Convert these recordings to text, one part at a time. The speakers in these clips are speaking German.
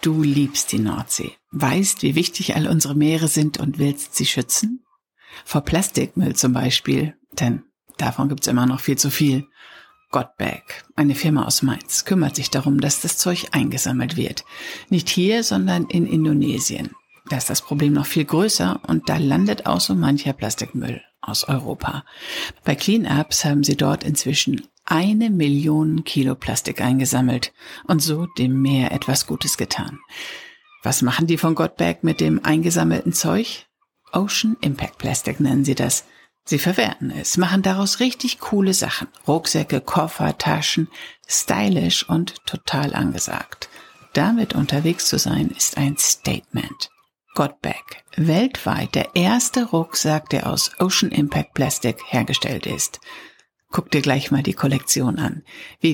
Du liebst die Nordsee, weißt, wie wichtig all unsere Meere sind und willst sie schützen? Vor Plastikmüll zum Beispiel, denn davon gibt's immer noch viel zu viel. Godbag, eine Firma aus Mainz, kümmert sich darum, dass das Zeug eingesammelt wird. Nicht hier, sondern in Indonesien. Da ist das Problem noch viel größer und da landet auch so mancher Plastikmüll aus Europa. Bei Cleanups haben sie dort inzwischen 1 Million Kilo Plastik eingesammelt und so dem Meer etwas Gutes getan. Was machen die von Godbag mit dem eingesammelten Zeug? Ocean Impact Plastic nennen sie das. Sie verwerten es, machen daraus richtig coole Sachen. Rucksäcke, Koffer, Taschen, stylisch und total angesagt. Damit unterwegs zu sein, ist ein Statement. Godbag, weltweit der erste Rucksack, der aus Ocean Impact Plastic hergestellt ist. Guck dir gleich mal die Kollektion an.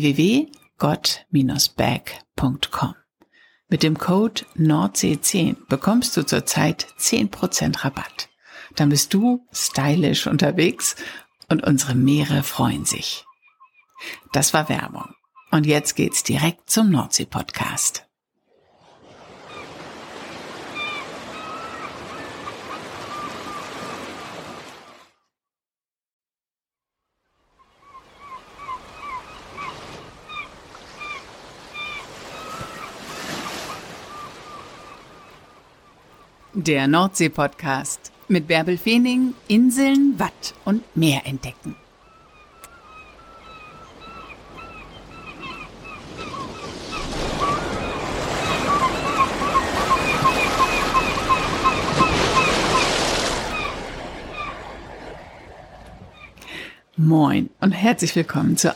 www.god-bag.com. Mit dem Code Nordsee10 bekommst du zurzeit 10% Rabatt. Dann bist du stylisch unterwegs und unsere Meere freuen sich. Das war Werbung. Und jetzt geht's direkt zum Nordsee-Podcast. Der Nordsee-Podcast mit Bärbel Feening, Inseln, Watt und Meer entdecken. Moin und herzlich willkommen zur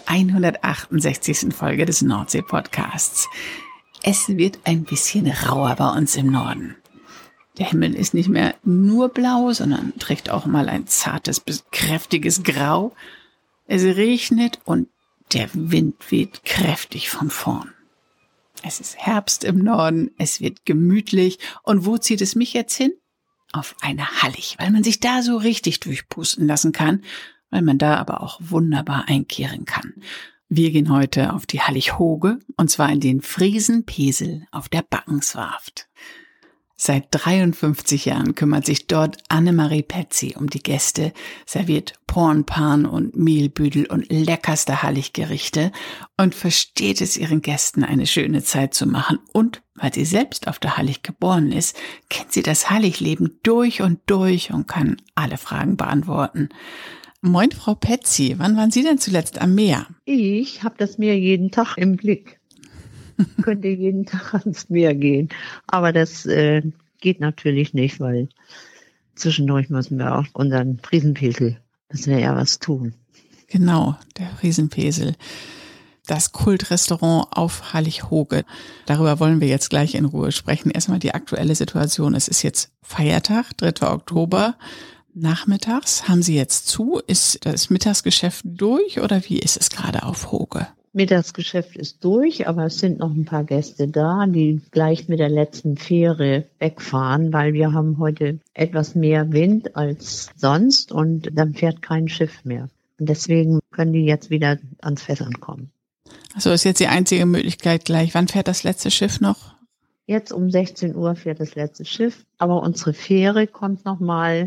168. Folge des Nordsee-Podcasts. Es wird ein bisschen rauer bei uns im Norden. Der Himmel ist nicht mehr nur blau, sondern trägt auch mal ein zartes bis kräftiges Grau. Es regnet und der Wind weht kräftig von vorn. Es ist Herbst im Norden, es wird gemütlich. Und wo zieht es mich jetzt hin? Auf eine Hallig, weil man sich da so richtig durchpusten lassen kann, weil man da aber auch wunderbar einkehren kann. Wir gehen heute auf die Hallig Hooge, und zwar in den Friesenpesel auf der Backenswarft. Seit 53 Jahren kümmert sich dort Annemarie Petzi um die Gäste, serviert Pornpan und Mehlbüdel und leckerste Halliggerichte und versteht es, ihren Gästen eine schöne Zeit zu machen. Und weil sie selbst auf der Hallig geboren ist, kennt sie das Halligleben durch und kann alle Fragen beantworten. Moin, Frau Petzi, wann waren Sie denn zuletzt am Meer? Ich habe das Meer jeden Tag im Blick. Könnte jeden Tag ans Meer gehen. Aber das geht natürlich nicht, weil zwischendurch müssen wir auch unseren Friesenpesel, müssen wir ja was tun. Genau, der Friesenpesel. Das Kultrestaurant auf Hallig Hooge. Darüber wollen wir jetzt gleich in Ruhe sprechen. Erstmal die aktuelle Situation. Es ist jetzt Feiertag, 3. Oktober. Nachmittags haben Sie jetzt zu. Ist das Mittagsgeschäft durch oder wie ist es gerade auf Hooge? Mittagsgeschäft ist durch, aber es sind noch ein paar Gäste da, die gleich mit der letzten Fähre wegfahren, weil wir haben heute etwas mehr Wind als sonst und dann fährt kein Schiff mehr. Und deswegen können die jetzt wieder ans Fässern kommen. Also ist jetzt die einzige Möglichkeit gleich. Wann fährt das letzte Schiff noch? Jetzt um 16 Uhr fährt das letzte Schiff, aber unsere Fähre kommt nochmal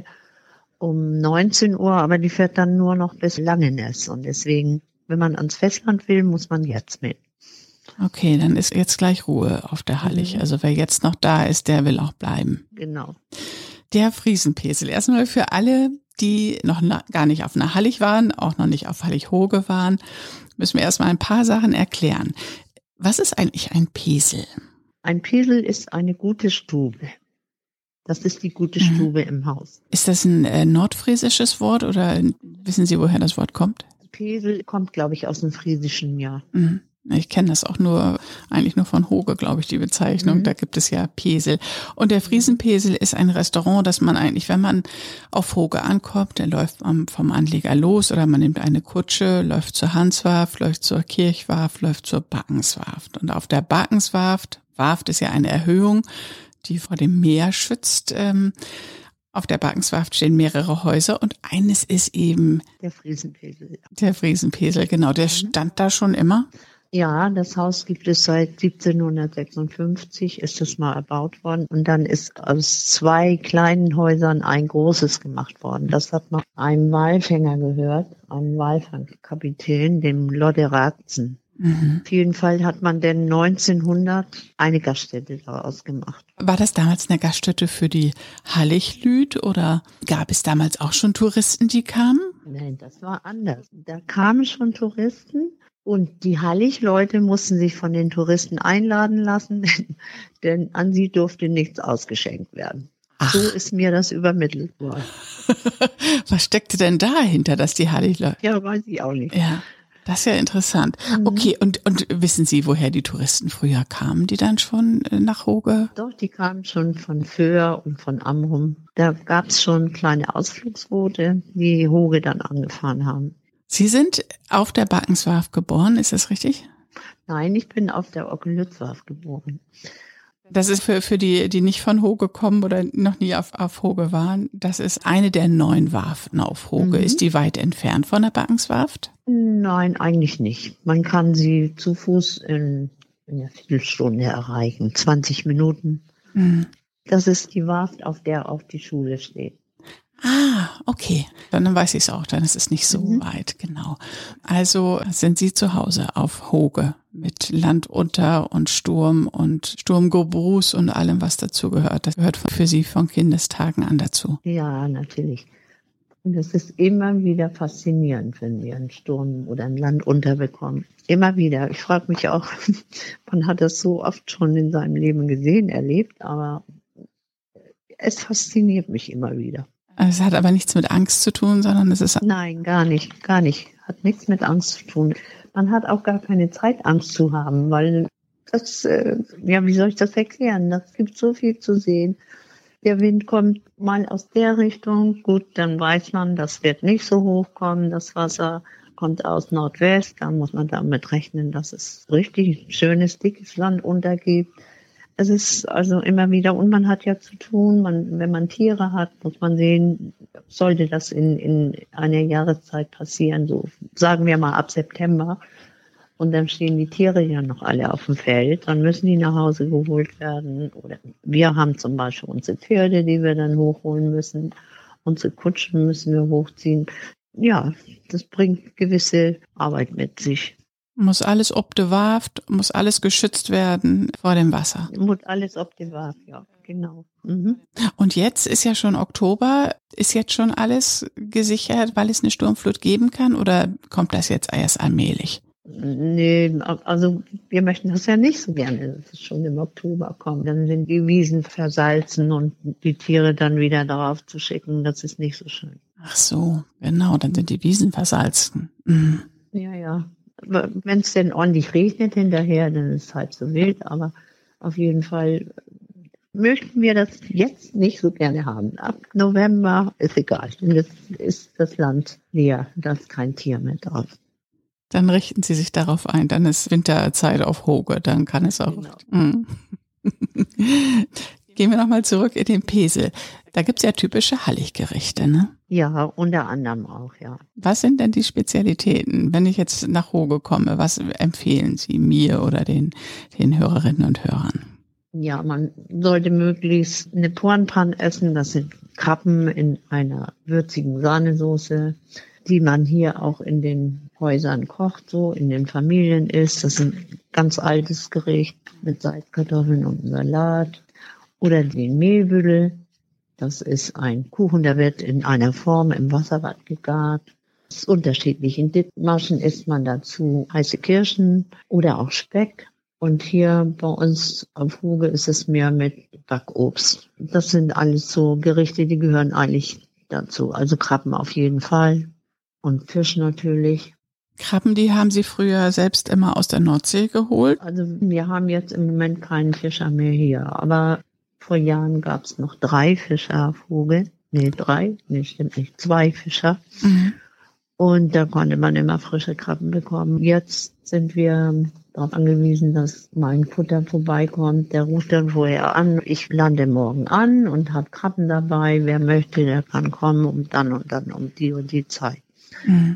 um 19 Uhr, aber die fährt dann nur noch bis Langeness und deswegen, wenn man ans Festland will, muss man jetzt mit. Okay, dann ist jetzt gleich Ruhe auf der Hallig. Also wer jetzt noch da ist, der will auch bleiben. Genau. Der Friesenpesel. Erstmal für alle, die noch gar nicht auf einer Hallig waren, auch noch nicht auf Hallig Hooge waren, müssen wir erstmal ein paar Sachen erklären. Was ist eigentlich ein Pesel? Ein Pesel ist eine gute Stube. Das ist die gute Stube im Haus. Ist das ein nordfriesisches Wort oder wissen Sie, woher das Wort kommt? Pesel kommt, glaube ich, aus dem Friesischen, ja. Ich kenne das auch eigentlich nur von Hooge, glaube ich, die Bezeichnung. Da gibt es ja Pesel. Und der Friesenpesel ist ein Restaurant, das man eigentlich, wenn man auf Hooge ankommt, dann läuft man vom Anleger los oder man nimmt eine Kutsche, läuft zur Hanswarft, läuft zur Kirchwarft, läuft zur Backenswarft. Und auf der Backenswarft, Warft ist ja eine Erhöhung, die vor dem Meer schützt. Auf der Backenswarft stehen mehrere Häuser und eines ist eben der Friesenpesel. Der Friesenpesel, genau. Der stand da schon immer? Ja, das Haus gibt es seit 1756, ist es mal erbaut worden. Und dann ist aus 2 kleinen Häusern ein großes gemacht worden. Das hat noch einem Walfänger gehört, einem Walfangkapitän, dem Lodderatzen. Auf jeden Fall hat man denn 1900 eine Gaststätte daraus gemacht. War das damals eine Gaststätte für die Hallichlüt oder gab es damals auch schon Touristen, die kamen? Nein, das war anders. Da kamen schon Touristen. Und die Hallig-Leute mussten sich von den Touristen einladen lassen, denn an sie durfte nichts ausgeschenkt werden. Ach. So ist mir das übermittelt worden. Was steckte denn dahinter, dass die Hallig-Leute... Ja, weiß ich auch nicht. Ja, das ist ja interessant. Okay, und wissen Sie, woher die Touristen früher kamen, die dann schon nach Hoge? Doch, die kamen schon von Föhr und von Amrum. Da gab es schon kleine Ausflugsboote, die Hoge dann angefahren haben. Sie sind auf der Backenswerft geboren, ist das richtig? Nein, ich bin auf der Ockenlützwerft geboren. Das ist für die, die nicht von Hoge kommen oder noch nie auf Hoge waren, das ist eine der 9 Warften auf Hoge. Ist die weit entfernt von der Backenswerft? Nein, eigentlich nicht. Man kann sie zu Fuß in einer Viertelstunde erreichen, 20 Minuten. Das ist die Warft, auf der auch die Schule steht. Ah, okay. Dann weiß ich es auch, dann ist es nicht so weit, genau. Also sind Sie zu Hause auf Hoge mit Land unter und Sturmgebrus und allem, was dazu gehört. Das gehört für Sie von Kindestagen an dazu. Ja, natürlich. Und es ist immer wieder faszinierend, wenn wir einen Sturm oder ein Land unterbekommen. Immer wieder. Ich frage mich auch, man hat das so oft schon in seinem Leben gesehen, erlebt, aber es fasziniert mich immer wieder. Es hat aber nichts mit Angst zu tun, sondern es ist... Nein, gar nicht. Hat nichts mit Angst zu tun. Man hat auch gar keine Zeit, Angst zu haben, weil das, wie soll ich das erklären? Das gibt so viel zu sehen. Der Wind kommt mal aus der Richtung, gut, dann weiß man, das wird nicht so hoch kommen. Das Wasser kommt aus Nordwest, dann muss man damit rechnen, dass es richtig schönes, dickes Land untergeht. Es ist also immer wieder, und man hat ja zu tun, wenn man Tiere hat, muss man sehen, sollte das in einer Jahreszeit passieren, so sagen wir mal ab September, und dann stehen die Tiere ja noch alle auf dem Feld, dann müssen die nach Hause geholt werden. Oder wir haben zum Beispiel unsere Pferde, die wir dann hochholen müssen, unsere Kutschen müssen wir hochziehen. Ja, das bringt gewisse Arbeit mit sich. Muss alles ob de Warft, muss alles geschützt werden vor dem Wasser. Muss alles ob de Warft, ja, genau. Und jetzt ist ja schon Oktober, ist jetzt schon alles gesichert, weil es eine Sturmflut geben kann, oder kommt das jetzt erst allmählich? Nee, also wir möchten das ja nicht so gerne, dass es schon im Oktober kommt. Dann sind die Wiesen versalzen und die Tiere dann wieder darauf zu schicken, das ist nicht so schön. Ach so, genau, dann sind die Wiesen versalzen. Ja. Wenn es denn ordentlich regnet hinterher, dann ist es halb so wild, aber auf jeden Fall möchten wir das jetzt nicht so gerne haben. Ab November ist egal, denn das ist das Land leer, da ist kein Tier mehr drauf. Dann richten Sie sich darauf ein, dann ist Winterzeit auf Hoge, dann kann es auch. Genau. Gehen wir nochmal zurück in den Pesel. Da gibt's ja typische Halliggerichte, ne? Ja, unter anderem auch, ja. Was sind denn die Spezialitäten? Wenn ich jetzt nach Hoge komme, was empfehlen Sie mir oder den Hörerinnen und Hörern? Ja, man sollte möglichst eine Pornpan essen. Das sind Krabben in einer würzigen Sahnesoße, die man hier auch in den Häusern kocht, so in den Familien isst. Das ist ein ganz altes Gericht mit Salzkartoffeln und Salat. Oder den Mehlbüdel. Das ist ein Kuchen, der wird in einer Form im Wasserbad gegart. Das ist unterschiedlich. In Dithmarschen isst man dazu heiße Kirschen oder auch Speck. Und hier bei uns auf Hoge ist es mehr mit Backobst. Das sind alles so Gerichte, die gehören eigentlich dazu. Also Krabben auf jeden Fall und Fisch natürlich. Krabben, die haben Sie früher selbst immer aus der Nordsee geholt? Also wir haben jetzt im Moment keinen Fischer mehr hier, aber vor Jahren gab es noch 3 Fischer auf Hoge. Stimmt nicht, 2 Fischer. Und da konnte man immer frische Krabben bekommen. Jetzt sind wir darauf angewiesen, dass mein Kutter vorbeikommt. Der ruft dann vorher an. Ich lande morgen an und habe Krabben dabei. Wer möchte, der kann kommen um dann und dann um die und die Zeit.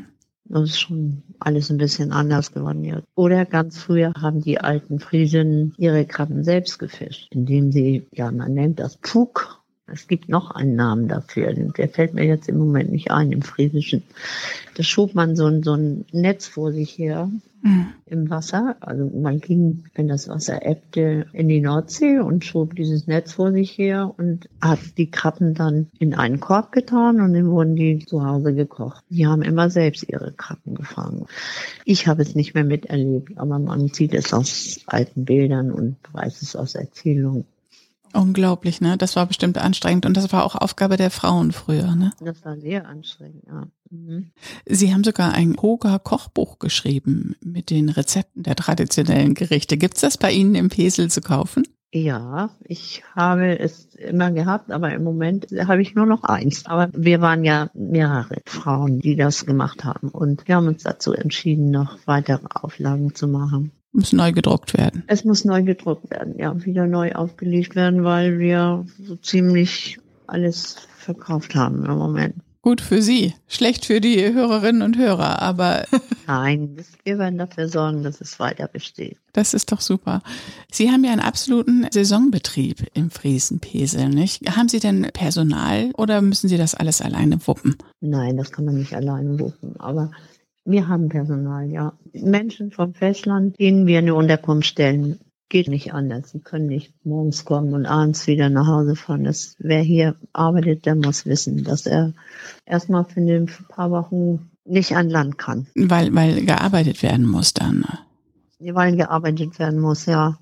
Das ist schon alles ein bisschen anders geworden jetzt. Oder ganz früher haben die alten Friesinnen ihre Krabben selbst gefischt, indem sie, ja, man nennt das Pfug. Es gibt noch einen Namen dafür, der fällt mir jetzt im Moment nicht ein, im Friesischen. Da schob man so ein Netz vor sich her im Wasser. Also man ging, wenn das Wasser ebbte, in die Nordsee und schob dieses Netz vor sich her und hat die Krabben dann in einen Korb getan und dann wurden die zu Hause gekocht. Die haben immer selbst ihre Krabben gefangen. Ich habe es nicht mehr miterlebt, aber man sieht es aus alten Bildern und weiß es aus Erzählungen. Unglaublich, ne? Das war bestimmt anstrengend und das war auch Aufgabe der Frauen früher, ne? Das war sehr anstrengend, ja. Mhm. Sie haben sogar ein Hoger Kochbuch geschrieben mit den Rezepten der traditionellen Gerichte. Gibt's das bei Ihnen im Pesel zu kaufen? Ja, ich habe es immer gehabt, aber im Moment habe ich nur noch eins. Aber wir waren ja mehrere Frauen, die das gemacht haben und wir haben uns dazu entschieden, noch weitere Auflagen zu machen. Muss neu gedruckt werden. Es muss neu gedruckt werden, ja, wieder neu aufgelegt werden, weil wir so ziemlich alles verkauft haben im Moment. Gut für Sie, schlecht für die Hörerinnen und Hörer, aber Nein, wir werden dafür sorgen, dass es weiter besteht. das ist doch super. Sie haben ja einen absoluten Saisonbetrieb im Friesenpesel, nicht? Haben Sie denn Personal oder müssen Sie das alles alleine wuppen? Nein, das kann man nicht alleine wuppen, aber wir haben Personal, ja. Menschen vom Festland, denen wir eine Unterkunft stellen, geht nicht anders. Sie können nicht morgens kommen und abends wieder nach Hause fahren. Wer hier arbeitet, der muss wissen, dass er erstmal für ein paar Wochen nicht an Land kann. Weil gearbeitet werden muss dann. Weil gearbeitet werden muss, ja.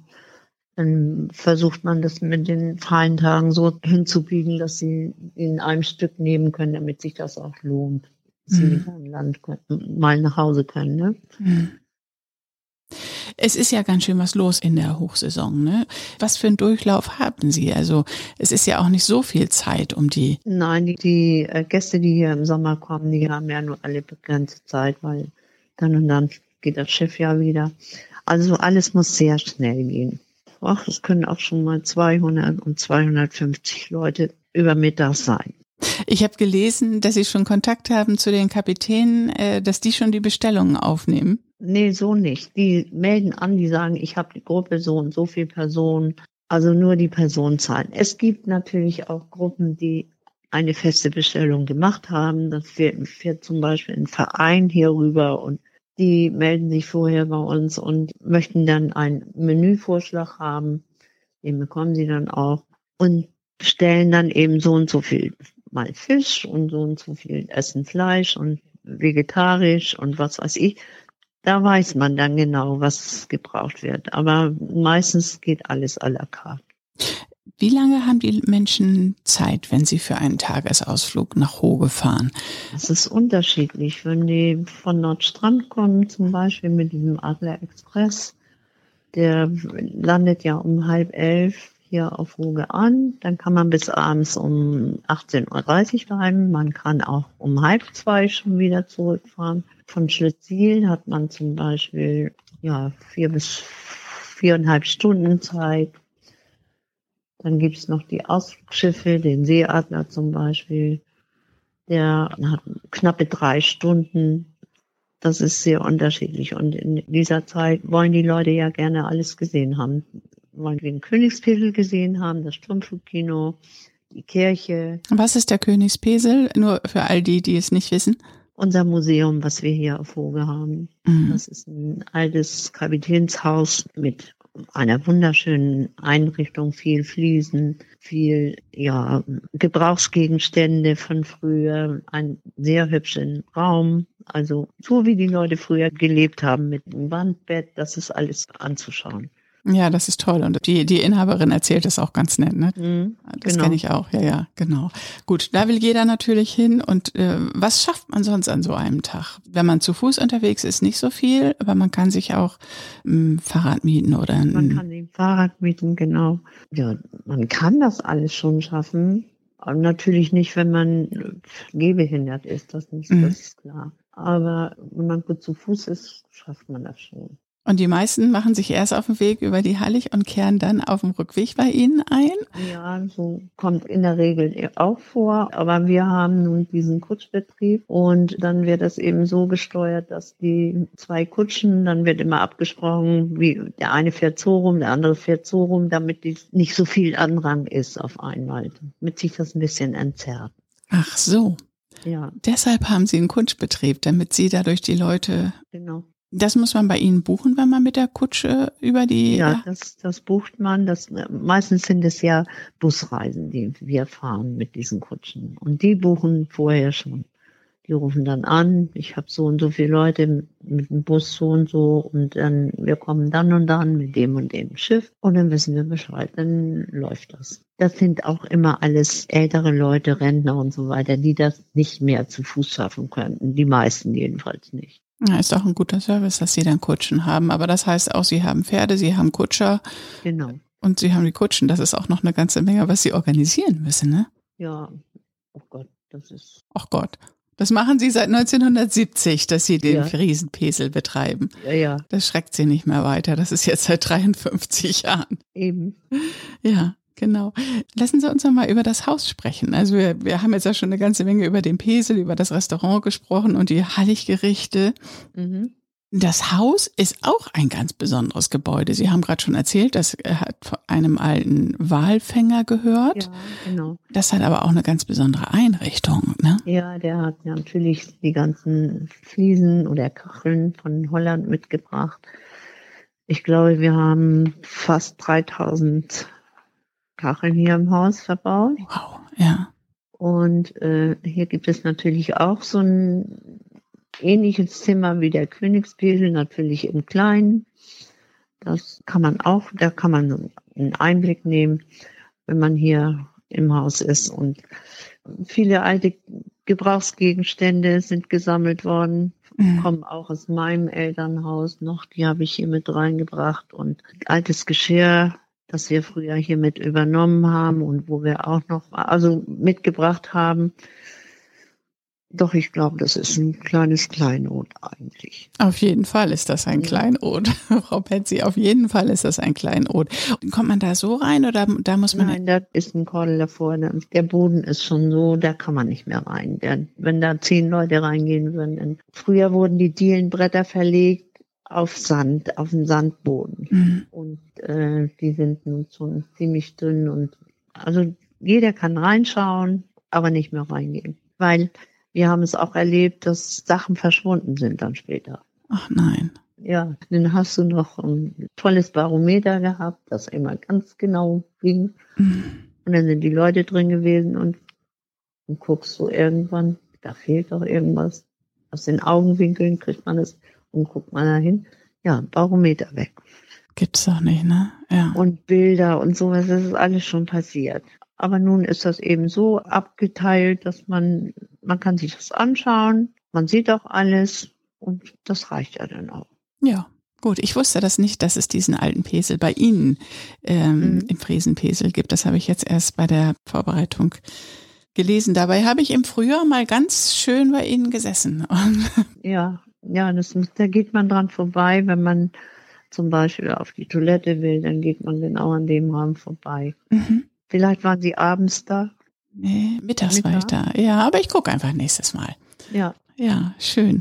Dann versucht man das mit den freien Tagen so hinzubiegen, dass sie in einem Stück nehmen können, damit sich das auch lohnt. Dass sie wieder an Land mal nach Hause können, ne? Es ist ja ganz schön was los in der Hochsaison, ne? Was für einen Durchlauf haben Sie? Also es ist ja auch nicht so viel Zeit um die. Nein, die Gäste, die hier im Sommer kommen, die haben ja nur alle begrenzte Zeit, weil dann und dann geht das Schiff ja wieder. Also alles muss sehr schnell gehen. Ach, es können auch schon mal 200 und 250 Leute über Mittag sein. Ich habe gelesen, dass Sie schon Kontakt haben zu den Kapitänen, dass die schon die Bestellungen aufnehmen. Nee, so nicht. Die melden an, die sagen, ich habe die Gruppe so und so viele Personen, also nur die Personenzahlen. Es gibt natürlich auch Gruppen, die eine feste Bestellung gemacht haben. Das fährt zum Beispiel ein Verein hier rüber und die melden sich vorher bei uns und möchten dann einen Menüvorschlag haben. Den bekommen sie dann auch und bestellen dann eben so und so viel mal Fisch und so und so viel Essen Fleisch und vegetarisch und was weiß ich. Da weiß man dann genau, was gebraucht wird. Aber meistens geht alles à la carte. Wie lange haben die Menschen Zeit, wenn sie für einen Tagesausflug nach Hoge fahren? Das ist unterschiedlich. Wenn die von Nordstrand kommen, zum Beispiel mit diesem Adler Express, der landet ja um 10:30 hier auf Hoge an. Dann kann man bis abends um 18:30 Uhr bleiben. Man kann auch um 1:30 schon wieder zurückfahren. Von Schlitziel hat man zum Beispiel 4 bis 4,5 Stunden Zeit. Dann gibt es noch die Ausflugsschiffe, den Seeadler zum Beispiel. Der hat knappe 3 Stunden. Das ist sehr unterschiedlich. Und in dieser Zeit wollen die Leute ja gerne alles gesehen haben. Wollen den Königspesel gesehen haben, das Sturmflugkino, die Kirche. Was ist der Königspesel? Nur für all die, die es nicht wissen. Unser Museum, was wir hier auf Hoge haben. Mhm. Das ist ein altes Kapitänshaus mit einer wunderschönen Einrichtung, viel Fliesen, viel Gebrauchsgegenstände von früher, einen sehr hübschen Raum. Also so wie die Leute früher gelebt haben mit einem Wandbett, das ist alles anzuschauen. Ja, das ist toll. Und die Inhaberin erzählt das auch ganz nett, ne? Das genau. Kenne ich auch. Ja, genau. Gut, da will jeder natürlich hin. Und was schafft man sonst an so einem Tag? Wenn man zu Fuß unterwegs ist, nicht so viel, aber man kann sich auch ein Fahrrad mieten oder Man kann ein Fahrrad mieten, genau. Ja, man kann das alles schon schaffen. Aber natürlich nicht, wenn man gehbehindert ist, das ist klar. Aber wenn man gut zu Fuß ist, schafft man das schon. Und die meisten machen sich erst auf den Weg über die Hallig und kehren dann auf dem Rückweg bei Ihnen ein? Ja, so kommt in der Regel auch vor. Aber wir haben nun diesen Kutschbetrieb und dann wird das eben so gesteuert, dass die 2 Kutschen, dann wird immer abgesprochen, wie der eine fährt so rum, der andere fährt so rum, damit nicht so viel Andrang ist auf einmal, damit sich das ein bisschen entzerrt. Ach so. Ja. Deshalb haben Sie einen Kutschbetrieb, damit Sie dadurch die Leute... Genau. Das muss man bei Ihnen buchen, wenn man mit der Kutsche über die... Ja, das bucht man. Meistens sind es ja Busreisen, die wir fahren mit diesen Kutschen. Und die buchen vorher schon. Die rufen dann an, ich habe so und so viele Leute mit dem Bus so und dann, wir kommen dann und dann mit dem und dem Schiff und dann wissen wir Bescheid, dann läuft das. Das sind auch immer alles ältere Leute, Rentner und so weiter, die das nicht mehr zu Fuß schaffen könnten. Die meisten jedenfalls nicht. Ja, ist auch ein guter Service, dass Sie dann Kutschen haben. Aber das heißt auch, Sie haben Pferde, Sie haben Kutscher. Genau. Und Sie haben die Kutschen. Das ist auch noch eine ganze Menge, was Sie organisieren müssen, ne? Ja, oh Gott, das ist... Ach Gott. Das machen Sie seit 1970, dass Sie den Friesenpesel betreiben. Ja. Das schreckt Sie nicht mehr weiter. Das ist jetzt seit 53 Jahren. Eben. Ja, genau. Lassen Sie uns noch mal über das Haus sprechen. Also wir haben jetzt ja schon eine ganze Menge über den Pesel, über das Restaurant gesprochen und die Halliggerichte. Mhm. Das Haus ist auch ein ganz besonderes Gebäude. Sie haben gerade schon erzählt, das hat von einem alten Walfänger gehört. Ja, genau. Das hat aber auch eine ganz besondere Einrichtung, ne? Ja, der hat natürlich die ganzen Fliesen oder Kacheln von Holland mitgebracht. Ich glaube, wir haben fast 3000 Kacheln hier im Haus verbaut. Wow, ja. Und hier gibt es natürlich auch so ein ähnliches Zimmer wie der Königspesel, natürlich im Kleinen. Das kann man auch, da kann man einen Einblick nehmen, wenn man hier im Haus ist. Und viele alte Gebrauchsgegenstände sind gesammelt worden, kommen auch aus meinem Elternhaus noch. Die habe ich hier mit reingebracht und altes Geschirr, das wir früher hier mit übernommen haben und wo wir auch noch, also mitgebracht haben. Doch, ich glaube, das ist ein kleines Kleinod eigentlich. Auf jeden Fall ist das ein Kleinod. Frau Petzi, auf jeden Fall ist das ein Kleinod. Kommt man da so rein oder da muss man... Nein, da ist ein Kordel davor. Der Boden ist schon so, da kann man nicht mehr rein. Wenn da 10 Leute reingehen würden. Früher wurden die Dielenbretter verlegt auf Sand, auf den Sandboden. Mhm. Und die sind nun schon ziemlich dünn. Und also jeder kann reinschauen, aber nicht mehr reingehen. Weil wir haben es auch erlebt, dass Sachen verschwunden sind dann später. Ach nein. Ja, dann hast du noch ein tolles Barometer gehabt, das immer ganz genau ging. Mhm. Und dann sind die Leute drin gewesen und guckst so irgendwann, da fehlt doch irgendwas. Aus den Augenwinkeln kriegt man es und guckt man da hin. Ja, Barometer weg. Gibt's doch nicht, ne? Ja. Und Bilder und sowas, das ist alles schon passiert. Aber nun ist das eben so abgeteilt, dass man kann sich das anschauen, man sieht auch alles und das reicht ja dann auch. Ja, gut. Ich wusste das nicht, dass es diesen alten Pesel bei Ihnen im Friesenpesel gibt. Das habe ich jetzt erst bei der Vorbereitung gelesen. Dabei habe ich im Frühjahr mal ganz schön bei Ihnen gesessen. Ja, da geht man dran vorbei, wenn man zum Beispiel auf die Toilette will, dann geht man genau an dem Raum vorbei. Mhm. Vielleicht waren Sie abends da? Nee, mittags war ich da. Ja, aber ich gucke einfach nächstes Mal. Ja. Ja, schön.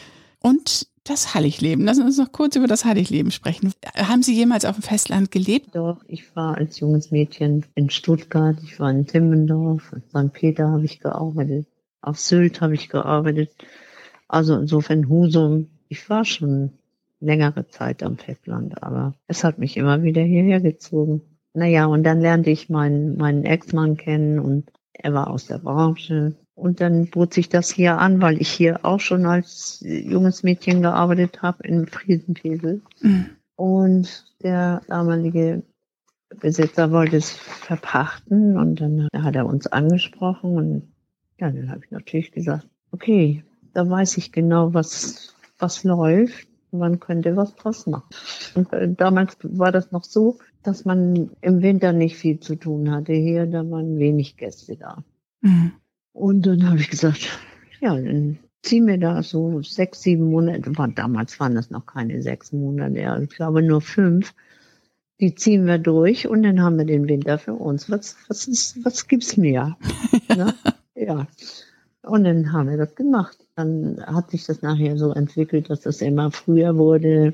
Und das Halligleben. Lassen wir uns noch kurz über das Halligleben sprechen. Haben Sie jemals auf dem Festland gelebt? Doch, ich war als junges Mädchen in Stuttgart, ich war in Timmendorf, in St. Peter habe ich gearbeitet, auf Sylt habe ich gearbeitet. Also insofern Husum. Ich war schon längere Zeit am Festland, aber es hat mich immer wieder hierher gezogen. Naja, und dann lernte ich meinen Ex-Mann kennen und er war aus der Branche. Und dann bot sich das hier an, weil ich hier auch schon als junges Mädchen gearbeitet habe im Friesenpesel. Mhm. Und der damalige Besitzer wollte es verpachten und dann hat er uns angesprochen und ja, dann habe ich natürlich gesagt, okay, da weiß ich genau, was läuft. Man könnte was draus machen. Und damals war das noch so, dass man im Winter nicht viel zu tun hatte hier, da waren wenig Gäste da. Mhm. Und dann habe ich gesagt, ja, dann ziehe mir da so 6, 7 Monate, damals waren das noch keine 6 Monate, ja, ich glaube nur 5. Die ziehen wir durch und dann haben wir den Winter für uns. Was gibt's mehr? Ne? Ja. Und dann haben wir das gemacht. Dann hat sich das nachher so entwickelt, dass das immer früher wurde,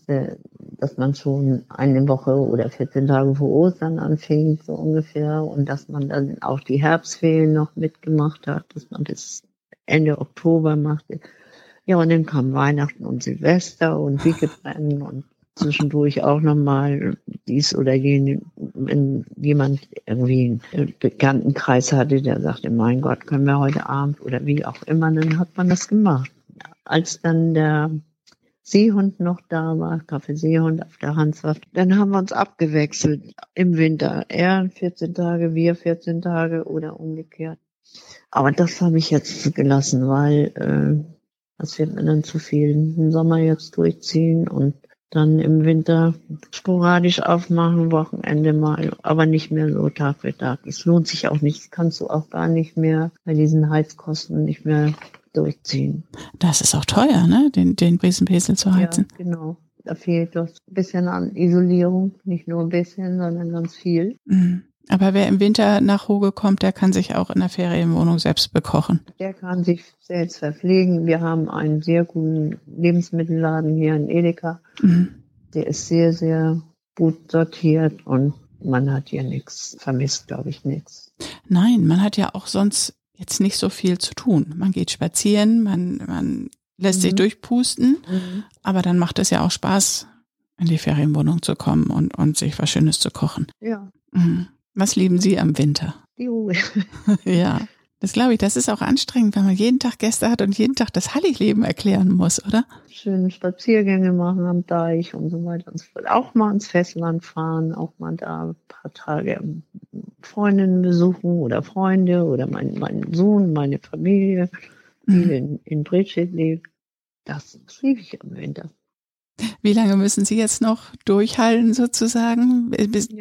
dass man schon eine Woche oder 14 Tage vor Ostern anfing, so ungefähr. Und dass man dann auch die Herbstferien noch mitgemacht hat, dass man das Ende Oktober machte. Ja, und dann kam Weihnachten und Silvester und Wickelbrennen und zwischendurch auch nochmal dies oder jenes, wenn jemand irgendwie einen Bekanntenkreis hatte, der sagte, mein Gott, können wir heute Abend oder wie auch immer, dann hat man das gemacht. Als dann der Seehund noch da war, Kaffeeseehund auf der Hanswaft, dann haben wir uns abgewechselt im Winter. Er 14 Tage, wir 14 Tage oder umgekehrt. Aber das habe ich jetzt gelassen, weil das wird mir dann zu viel. Im Sommer jetzt durchziehen und dann im Winter sporadisch aufmachen, Wochenende mal, aber nicht mehr so Tag für Tag. Es lohnt sich auch nicht, das kannst du auch gar nicht mehr bei diesen Heizkosten nicht mehr durchziehen. Das ist auch teuer, ne? Den Riesenpesel zu heizen. Ja, genau. Da fehlt doch ein bisschen an Isolierung, nicht nur ein bisschen, sondern ganz viel. Mhm. Aber wer im Winter nach Hoge kommt, der kann sich auch in der Ferienwohnung selbst bekochen. Der kann sich selbst verpflegen. Wir haben einen sehr guten Lebensmittelladen hier in Edeka. Mhm. Der ist sehr, sehr gut sortiert und man hat hier nichts, vermisst, glaube ich, nichts. Nein, man hat ja auch sonst jetzt nicht so viel zu tun. Man geht spazieren, man lässt sich durchpusten, aber dann macht es ja auch Spaß, in die Ferienwohnung zu kommen und sich was Schönes zu kochen. Ja. Mhm. Was lieben Sie am Winter? Die Ruhe. Ja, das glaube ich, das ist auch anstrengend, wenn man jeden Tag Gäste hat und jeden Tag das Hallig-Leben erklären muss, oder? Schöne Spaziergänge machen am Deich und so weiter und so fort. Auch mal ins Festland fahren, auch mal da ein paar Tage Freundinnen besuchen oder Freunde oder meinen Sohn, meine Familie, die in Bredstedt lebt. Das liebe ich am Winter. Wie lange müssen Sie jetzt noch durchhalten sozusagen?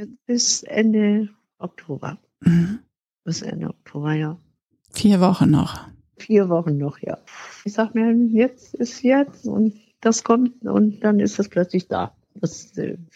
Bis Ende Oktober. Mhm. Bis Ende Oktober, ja. 4 Wochen noch. 4 Wochen noch, ja. Ich sag mir, jetzt ist jetzt und das kommt und dann ist das plötzlich da. Das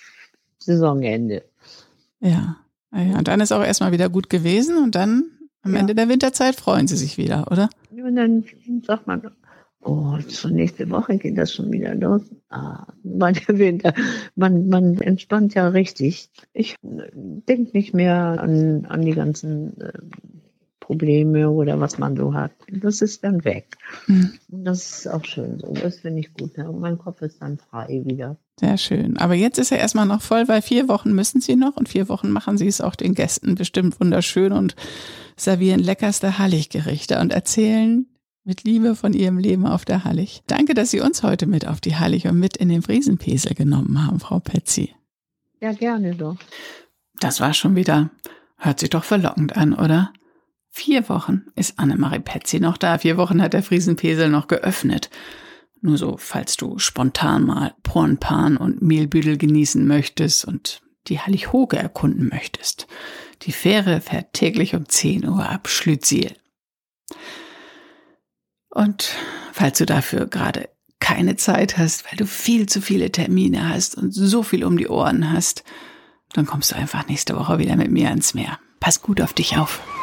Saisonende. Ja. Und dann ist auch erstmal wieder gut gewesen und dann am Ende der Winterzeit freuen Sie sich wieder, oder? Und dann sagt man, oh, schon nächste Woche geht das schon wieder los. Der Winter. Man entspannt ja richtig. Ich denke nicht mehr an die ganzen Probleme oder was man so hat. Das ist dann weg. Und das ist auch schön so. Das finde ich gut. Ja. Mein Kopf ist dann frei wieder. Sehr schön. Aber jetzt ist er erstmal noch voll, weil 4 Wochen müssen Sie noch und 4 Wochen machen Sie es auch den Gästen bestimmt wunderschön und servieren leckerste Hallig-Gerichte und erzählen mit Liebe von Ihrem Leben auf der Hallig. Danke, dass Sie uns heute mit auf die Hallig und mit in den Friesenpesel genommen haben, Frau Petzi. Ja, gerne doch. Das war schon wieder, hört sich doch verlockend an, oder? 4 Wochen ist Annemarie Petzi noch da. 4 Wochen hat der Friesenpesel noch geöffnet. Nur so, falls du spontan mal Pornpan und Mehlbüdel genießen möchtest und die Hallig Hoge erkunden möchtest. Die Fähre fährt täglich um 10 Uhr ab Schlüttsiel. Und falls du dafür gerade keine Zeit hast, weil du viel zu viele Termine hast und so viel um die Ohren hast, dann kommst du einfach nächste Woche wieder mit mir ans Meer. Pass gut auf dich auf.